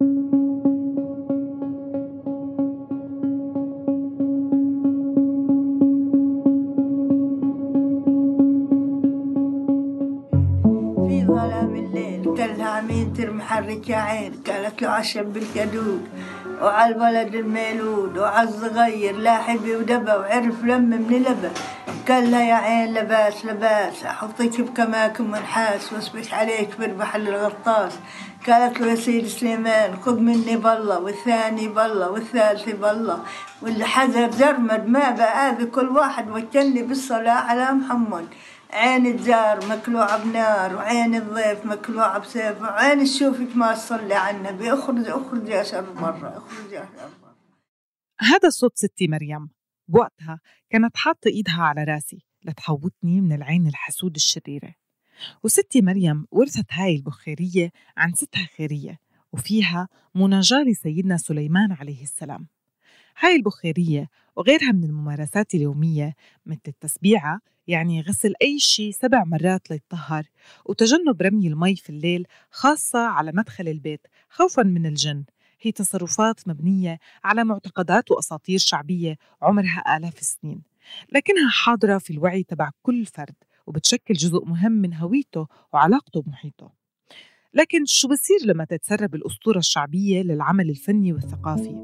في ظلام الليل كلها عميتر محرك يا عين، قالت له عشب بالكدود وعلى الولد الميلود وعلى الصغير لاحبي ودبا وعرف لم من لبا. قال لها يا عين لباس لباس أحطيك بكماكم منحاس واسبش عليك بربح الغطاس. قالت له يا سيد سليمان خذ مني بالله والثاني بالله والثالث بالله واللي حذر زرمد ما بآذي كل واحد وكلني بالصلاة على محمد. عين الجار مكلوعة بنار وعين الضيف مكلوعة بسيف وعين الشوفك ما تصلي على النبي. اخرج اخرج يا شر مرة اخرج يا شر مرة. هذا صوت ستي مريم. بوقتها كانت حاطة إيدها على راسي لتحوطني من العين الحسود الشريرة. وستي مريم ورثت هاي البخارية عن ستها خيرية، وفيها مناجاة لسيدنا سليمان عليه السلام. هاي البخارية وغيرها من الممارسات اليومية مثل التسبيعة، يعني غسل أي شيء 7 مرات ليتطهر، وتجنب رمي المي في الليل خاصة على مدخل البيت خوفاً من الجن، هي تصرفات مبنية على معتقدات وأساطير شعبية عمرها آلاف السنين، لكنها حاضرة في الوعي تبع كل فرد وبتشكل جزء مهم من هويته وعلاقته بمحيطه. لكن شو بصير لما تتسرب الأسطورة الشعبية للعمل الفني والثقافي؟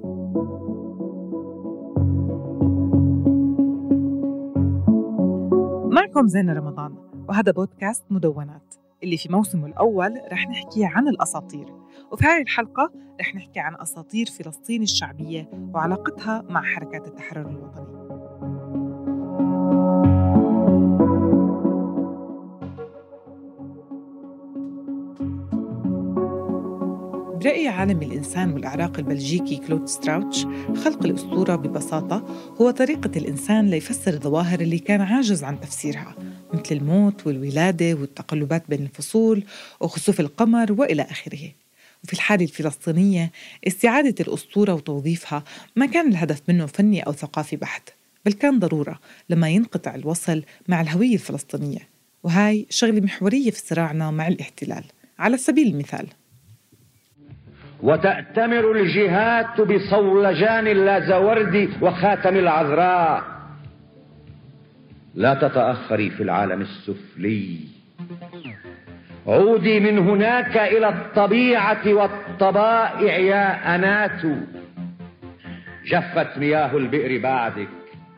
معكم زينة رمضان، وهذا بودكاست مدونات اللي في موسمه الأول رح نحكي عن الأساطير، وفي هذه الحلقة رح نحكي عن أساطير فلسطين الشعبية وعلاقتها مع حركات التحرر الوطني. برأي عالم الإنسان والإعراق البلجيكي كلود ستراوتش، خلق الأسطورة ببساطة هو طريقة الإنسان ليفسر الظواهر اللي كان عاجز عن تفسيرها، مثل الموت والولادة والتقلبات بين الفصول وخسوف القمر وإلى آخره. وفي الحالة الفلسطينية استعادة الأسطورة وتوظيفها ما كان الهدف منه فني أو ثقافي بحت، بل كان ضرورة لما ينقطع الوصل مع الهوية الفلسطينية، وهاي شغلة محورية في صراعنا مع الاحتلال. على سبيل المثال، وتأتمر الجهات بصولجان اللازوردي وخاتم العذراء. لا تتأخري في العالم السفلي، عودي من هناك إلى الطبيعة والطبائع يا أنات. جفت مياه البئر بعدك،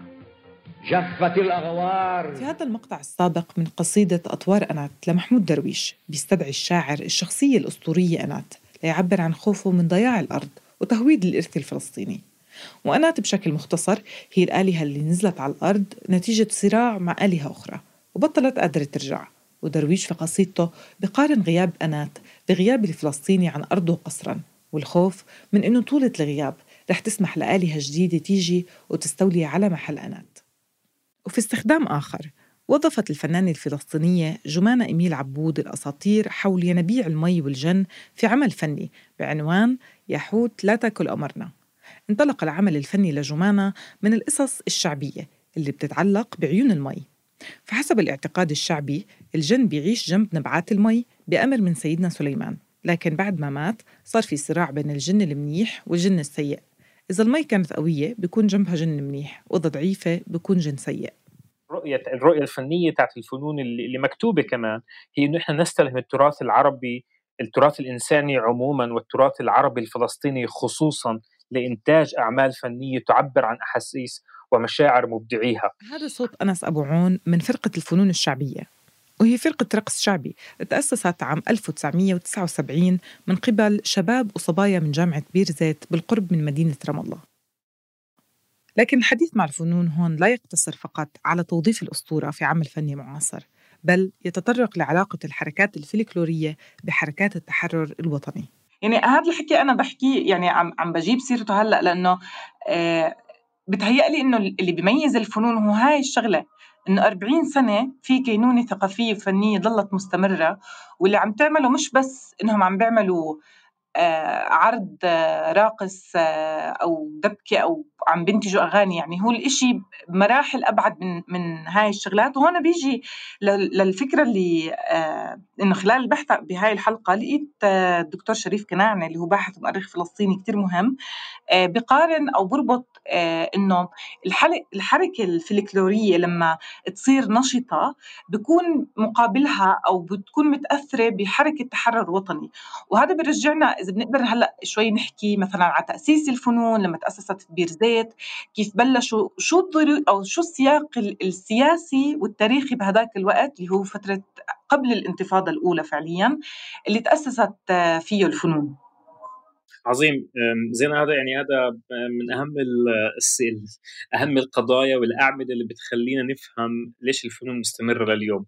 جفت الأغوار. في هذا المقطع السابق من قصيدة أطوار أنات لمحمود درويش، بيستدعي الشاعر الشخصية الأسطورية أنات ليعبر عن خوفه من ضياع الأرض وتهويد الإرث الفلسطيني. وأنات بشكل مختصر هي الآلهة اللي نزلت على الأرض نتيجة صراع مع آلهة أخرى وبطلت قادرة ترجع. ودرويش في قصيدته بقارن غياب أنات بغياب الفلسطيني عن أرضه قسراً، والخوف من إنه طولة الغياب رح تسمح لآلهة جديدة تيجي وتستولي على محل أنات. وفي استخدام آخر، وظفت الفنانة الفلسطينية جمانة إميل عبود الأساطير حول ينابيع المي والجن في عمل فني بعنوان يا حوت لا تاكل قمرنا. انطلق العمل الفني لجمانة من القصص الشعبية اللي بتتعلق بعيون المي. فحسب الاعتقاد الشعبي الجن بيعيش جنب نبعات المي بأمر من سيدنا سليمان، لكن بعد ما مات صار في صراع بين الجن المنيح والجن السيء. إذا المي كانت قوية بيكون جنبها جن منيح، وإذا ضعيفة بيكون جن سيء. الرؤية الفنية تاعت الفنون اللي مكتوبة كمان هي إنه إحنا نستلهم التراث العربي، التراث الإنساني عموما والتراث العربي الفلسطيني خصوصا، لإنتاج أعمال فنية تعبر عن أحاسيس ومشاعر مبدعيها. هذا صوت أنس أبو عون من فرقة الفنون الشعبية، وهي فرقة رقص شعبي تأسست عام 1979 من قبل شباب وصبايا من جامعة بير زيت بالقرب من مدينة رام الله. لكن الحديث مع الفنون هون لا يقتصر فقط على توظيف الأسطورة في عمل فني معاصر، بل يتطرق لعلاقة الحركات الفلكلورية بحركات التحرر الوطني. يعني هذا الحكي أنا بحكي يعني عم بجيب سيرته هلأ لأنه بتهيألي إنه اللي بيميز الفنون هو هاي الشغلة، إنه 40 سنة في كينونة ثقافية وفنية ظلت مستمرة، واللي عم تعمله مش بس إنهم عم بيعملوا عرض راقص أو دبكة أو عم بينتجوا أغاني، يعني هو الإشي بمراحل أبعد من هاي الشغلات. وهنا بيجي للفكرة اللي إنه خلال البحث بهاي الحلقة لقيت الدكتور شريف كناعنة اللي هو باحث ومؤرخ فلسطيني كتير مهم، بقارن أو بربط إنه الحركة الفلكلورية لما تصير نشطة بيكون مقابلها أو بتكون متأثرة بحركة تحرر وطني. وهذا بيرجعنا إذا بنقدر هلأ شوي نحكي مثلا على تأسيس الفنون لما تأسست بير زيت، كيف بلشوا، شو الظروف أو شو السياق السياسي والتاريخي بهذاك الوقت اللي هو فترة قبل الانتفاضة الأولى فعليا اللي تأسست فيه الفنون. عظيم. زين، هذا من أهم القضايا والأعمدة اللي بتخلينا نفهم ليش الفنون مستمرة لليوم.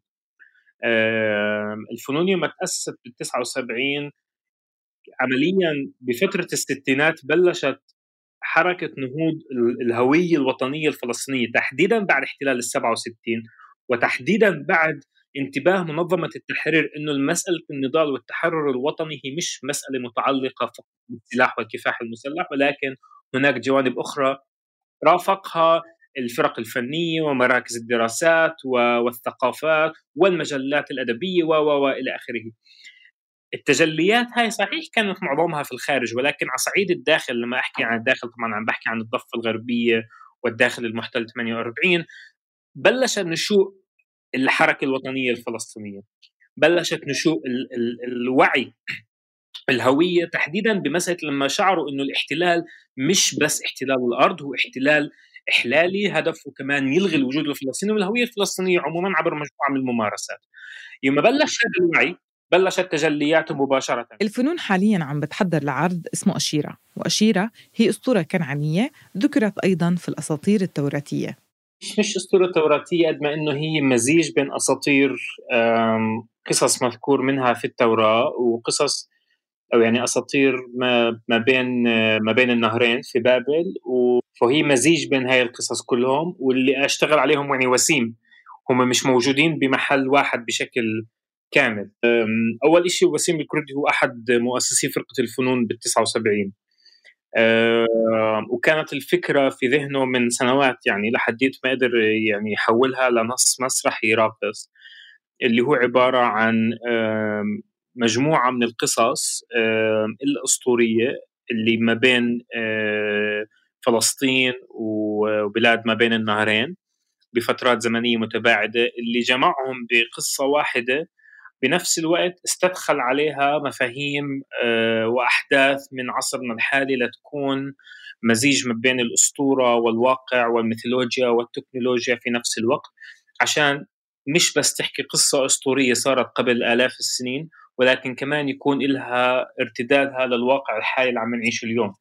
الفنون يوم تأسست بال79 عمليا بفترة الستينات بلشت حركة نهوض الهوية الوطنية الفلسطينية، تحديدا بعد احتلال ال67 وتحديدا بعد انتباه منظمة التحرير إنه المسألة النضال والتحرر الوطني هي مش مسألة متعلقة فقط بالسلاح والكفاح المسلح، ولكن هناك جوانب أخرى رافقها الفرق الفنية ومراكز الدراسات والثقافات والمجلات الأدبية وإلى آخره. التجليات هاي صحيح كانت معظمها في الخارج، ولكن على صعيد الداخل، لما أحكي عن الداخل طبعا عم بحكي عن الضفة الغربية والداخل المحتل 48، بلش نشوء الحركة الوطنية الفلسطينية، بلشت نشوء الوعي الهوية، تحديدا بمسألة لما شعروا إنه الاحتلال مش بس احتلال الأرض، هو احتلال إحلالي هدفه كمان يلغي الوجود الفلسطيني والهوية الفلسطينية عموما عبر مجموعة من الممارسات. يوم بلش هذا الوعي بلشت تجلياته مباشرة. الفنون حالياً عم بتحضر لعرض اسمه أشيرة، وأشيرة هي أسطورة كنعانية ذكرت أيضاً في الأساطير التوراتية. مش أسطورة توراتية قد ما إنه هي مزيج بين أساطير، قصص مذكور منها في التوراة وقصص أو يعني أساطير ما بين النهرين في بابل، فهي مزيج بين هاي القصص كلهم، واللي أشتغل عليهم يعني وسيم، هم مش موجودين بمحل واحد بشكل كامل. أول إشي وسيم الكردي هو أحد مؤسسي فرقة الفنون بال79، وكانت الفكرة في ذهنه من سنوات، يعني لحديت ما قدر يعني يحولها لنص مسرحي راقص، اللي هو عبارة عن مجموعة من القصص الأسطورية اللي ما بين فلسطين وبلاد ما بين النهرين بفترات زمنية متباعدة، اللي جمعهم بقصة واحدة، بنفس الوقت استدخل عليها مفاهيم وأحداث من عصرنا الحالي لتكون مزيج ما بين الأسطورة والواقع والميثولوجيا والتكنولوجيا في نفس الوقت، عشان مش بس تحكي قصة أسطورية صارت قبل آلاف السنين، ولكن كمان يكون لها ارتدادها للواقع الحالي اللي عم نعيشه اليوم.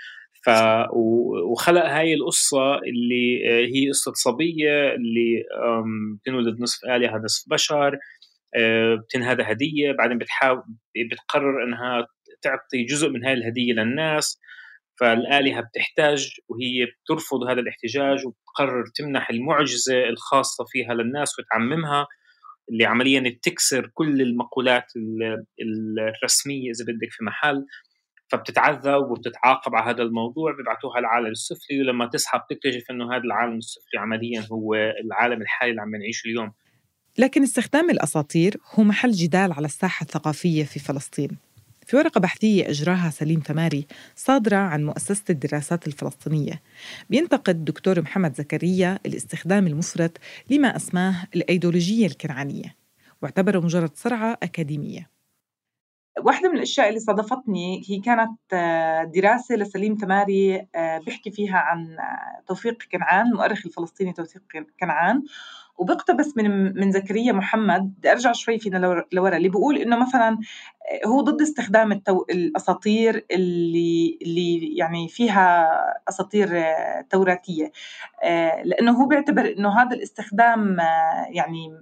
وخلق هاي القصة اللي هي قصة صبية اللي بتنولد نصف آلهة نصف بشر، بتنهدى هدية، بعدين بتقرر إنها تعطي جزء من هاي الهدية للناس، فالآلهة بتحتاج وهي بترفض هذا الاحتجاج وبتقرر تمنح المعجزة الخاصة فيها للناس وتعممها، اللي عمليا بتكسر كل المقولات الرسمية إذا بدك في محل، فبتتعذب وبتتعاقب على هذا الموضوع، بيبعتوها العالم السفلي، ولما تصحى بتكتشف إنه هذا العالم السفلي عمليا هو العالم الحالي اللي عم نعيشه اليوم. لكن استخدام الأساطير هو محل جدال على الساحة الثقافية في فلسطين. في ورقة بحثية أجراها سليم تماري صادرة عن مؤسسة الدراسات الفلسطينية، بينتقد الدكتور محمد زكريا الاستخدام المفرط لما أسماه الأيديولوجية الكنعانية، واعتبره مجرد صرعة أكاديمية. واحدة من الأشياء اللي صادفتني هي كانت دراسة لسليم تماري بيحكي فيها عن توفيق كنعان، المؤرخ الفلسطيني توفيق كنعان، وبيقتبس من زكريا محمد. بدي أرجع شوي فينا لورا، اللي بيقول إنه مثلا هو ضد استخدام الأساطير اللي يعني فيها أساطير توراتية، لأنه هو بيعتبر إنه هذا الاستخدام يعني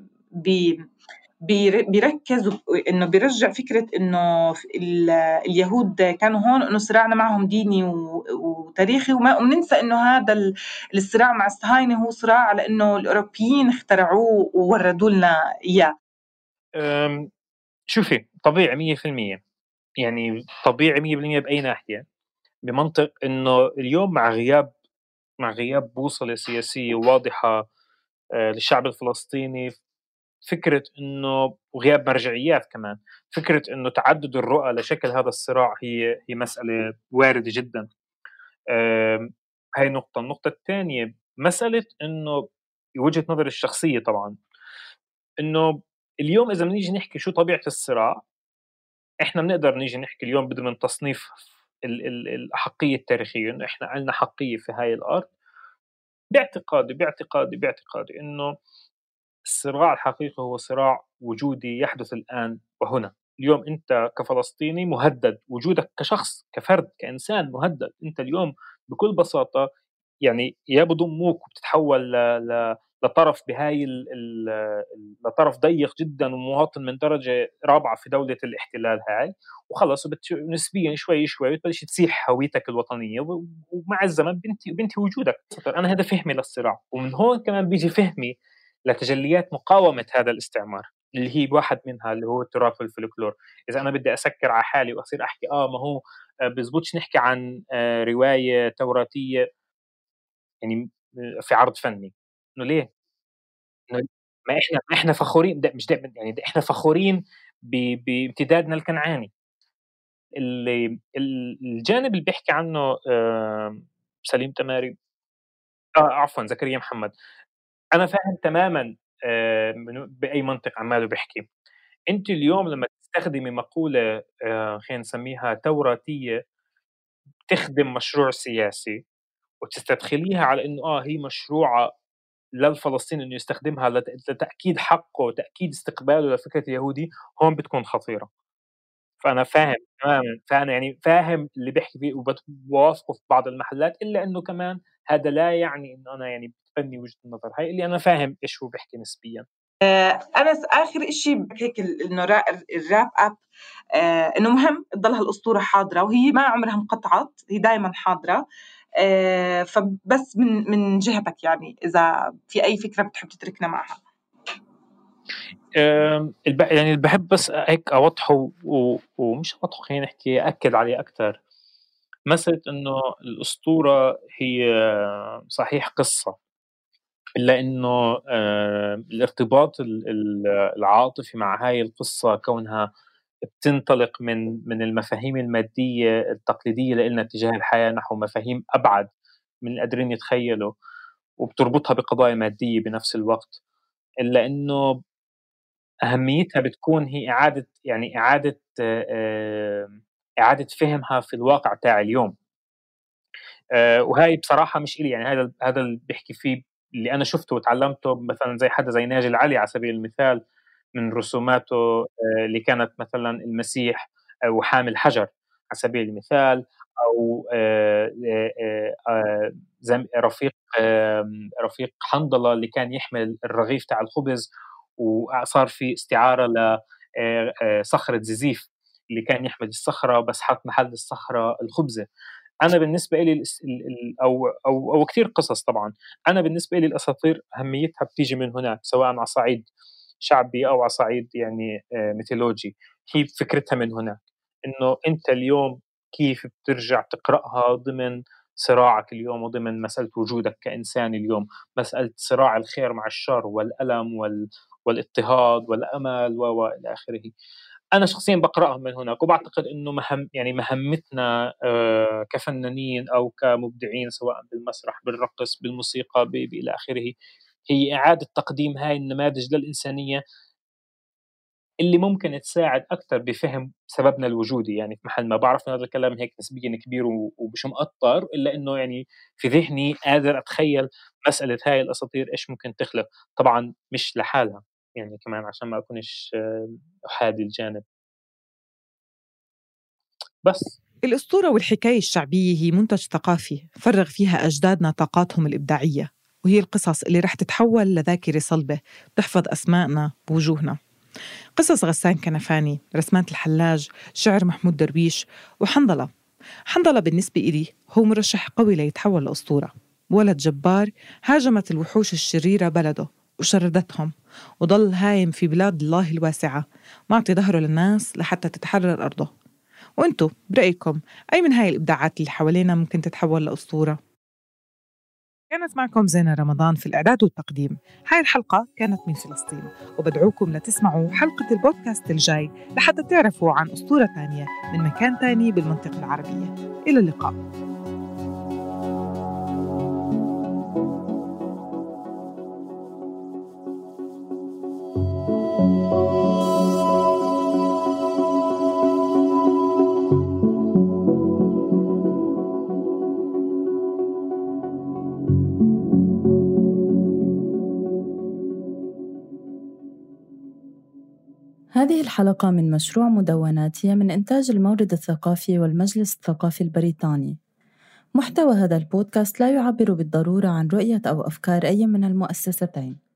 بيركز إنه بيرجع فكرة إنه اليهود كانوا هون، إنه صراعنا معهم ديني وتاريخي، وننسى إنه هذا الصراع مع الصهاينة هو صراع على إنه الأوروبيين اخترعوه ووردوا لنا إياه. شوفي، طبيعي 100%، يعني طبيعي 100% بأي ناحية، بمنطق إنه اليوم مع غياب بوصلة سياسية واضحة للشعب الفلسطيني، فكرة إنه وغياب مرجعيات كمان، فكرة إنه تعدد الرؤى لشكل هذا الصراع هي مسألة واردة جدا. هاي نقطة. النقطة الثانية مسألة إنه وجهة نظري الشخصية طبعا، إنه اليوم إذا بنيجي نحكي شو طبيعة الصراع، إحنا بنقدر نيجي نحكي اليوم ضمن تصنيف الأحقية التاريخية، إنه إحنا عندنا حقية في هاي الأرض. باعتقادي إنه الصراع الحقيقي هو صراع وجودي يحدث الآن وهنا. اليوم أنت كفلسطيني مهدد، وجودك كشخص كفرد كإنسان مهدد. أنت اليوم بكل بساطة يعني يا بضموك وبتتحول لطرف بهاي لطرف ضيق جدا ومواطن من درجة رابعة في دولة الاحتلال هاي، وخلص نسبيا شوي بتبلش تسيح هويتك الوطنية، ومع الزمن بنتي وجودك. أنا هذا فهمي للصراع، ومن هون كمان بيجي فهمي لتجليات مقاومة هذا الاستعمار، اللي هي واحد منها اللي هو التراث والفلكلور. إذا أنا بدي أسكر على حالي وأصير أحكي ما هو بزبطش نحكي عن رواية توراتية يعني في عرض فني، إنه ليه؟ إنه ما إحنا فخورين مش يعني إحنا فخورين بامتدادنا الكنعاني. الجانب اللي بيحكي عنه سليم تماري، عفوا زكريا محمد، أنا فاهم تمامًا بأي منطق عماله بيحكي. أنتِ اليوم لمّا تستخدمي مقولة خلينا نسميها توراتية تخدم مشروع سياسي، وتستدخليها على إنه هي مشروعة للفلسطيني إنه يستخدمها لتأكيد حقه وتأكيد استقباله لفكرة اليهودي، هون بتكون خطيرة. فأنا فاهم تمامًا، فأنا يعني فاهم اللي بيحكي فيه وباوافقه في بعض المحلات، إلا إنه كمان هذا لا يعني إنه أنا يعني باتبني وجهة النظر هاي، اللي أنا فاهم إيش هو بيحكي نسبيًا. أنا آخر إشي هيك إنه الراب أب إنه مهم تضلها الأسطورة حاضرة، وهي ما عمرها انقطعت، هي دايمًا حاضرة. فبس من جهتك يعني إذا في أي فكرة بتحب تتركنا معها. يعني باحب بس هيك أوضحه ومش أوضحه، خلينا نحكي أأكد عليه أكتر. مسألة إنه الأسطورة هي صحيح قصة، إلا إنه الارتباط العاطفي مع هاي القصة كونها بتنطلق من المفاهيم المادية التقليدية لإلنا تجاه الحياة نحو مفاهيم أبعد من اللي قادرين يتخيلوا، وبتربطها بقضايا مادية بنفس الوقت. إلا إنه أهميتها بتكون هي إعادة فهمها في الواقع تاع اليوم. وهاي بصراحة مش إلي، يعني هذا اللي بيحكي فيه اللي أنا شفته وتعلمته، مثلًا زي حدا زي ناجي العلي على سبيل المثال، من رسوماته اللي كانت مثلًا المسيح وحامل حجر على سبيل المثال، أو رفيق حنظلة اللي كان يحمل الرغيف تاع الخبز، وصار في استعارة صخرة زيزيف اللي كان يحمل الصخرة بس حط محل الصخرة الخبزة. أنا بالنسبة إلي أو كتير قصص طبعًا. أنا بالنسبة إلي الأساطير أهميتها بتيجي من هناك، سواء على صعيد شعبي أو على صعيد يعني ميثولوجي. هي فكرتها من هناك، إنه أنت اليوم كيف بترجع تقرأها ضمن صراعك اليوم، وضمن مسألة وجودك كإنسان اليوم، مسألة صراع الخير مع الشر والألم والاضطهاد والأمل وإلى آخره. أنا شخصيًا باقرأها من هناك، وباعتقد إنه مهمتنا كفنانين أو كمبدعين، سواء بالمسرح، بالرقص، بالموسيقى، إلى آخره، هي إعادة تقديم هاي النماذج للإنسانية اللي ممكن تساعد أكتر بفهم سببنا الوجودي. يعني في محل ما بعرف إنه هذا الكلام هيك نسبيًا كبير ومش مأطر، إلا إنه يعني في ذهني قادر أتخيل مسألة هاي الأساطير إيش ممكن تخلق. طبعًا مش لحالها، يعني كمان عشان ما أكونش أحادي الجانب. بس الأسطورة والحكاية الشعبية هي منتج ثقافي فرغ فيها أجدادنا طاقاتهم الإبداعية، وهي القصص اللي رح تتحول لذاكرة صلبة بتحفظ أسمائنا بوجوهنا. قصص غسان كنفاني، رسمات الحلاج، شعر محمود درويش، وحنظلة. حنظلة بالنسبة إلي هو مرشح قوي ليتحول لأسطورة. ولد جبار هاجمت الوحوش الشريرة بلده وشردتهم، وضل هايم في بلاد الله الواسعة، معطي ظهره للناس لحتى تتحرر أرضه. وأنتوا برأيكم أي من هاي الإبداعات اللي حوالينا ممكن تتحول لأسطورة؟ كانت معكم زينة رمضان في الإعداد والتقديم. هاي الحلقة كانت من فلسطين، وبدعوكم لتسمعوا حلقة البودكاست الجاي لحتى تعرفوا عن أسطورة تانية من مكان تاني بالمنطقة العربية. إلى اللقاء. هذه الحلقة من مشروع مدوناتية من إنتاج المورد الثقافي والمجلس الثقافي البريطاني. محتوى هذا البودكاست لا يعبر بالضرورة عن رؤية أو أفكار أي من المؤسستين.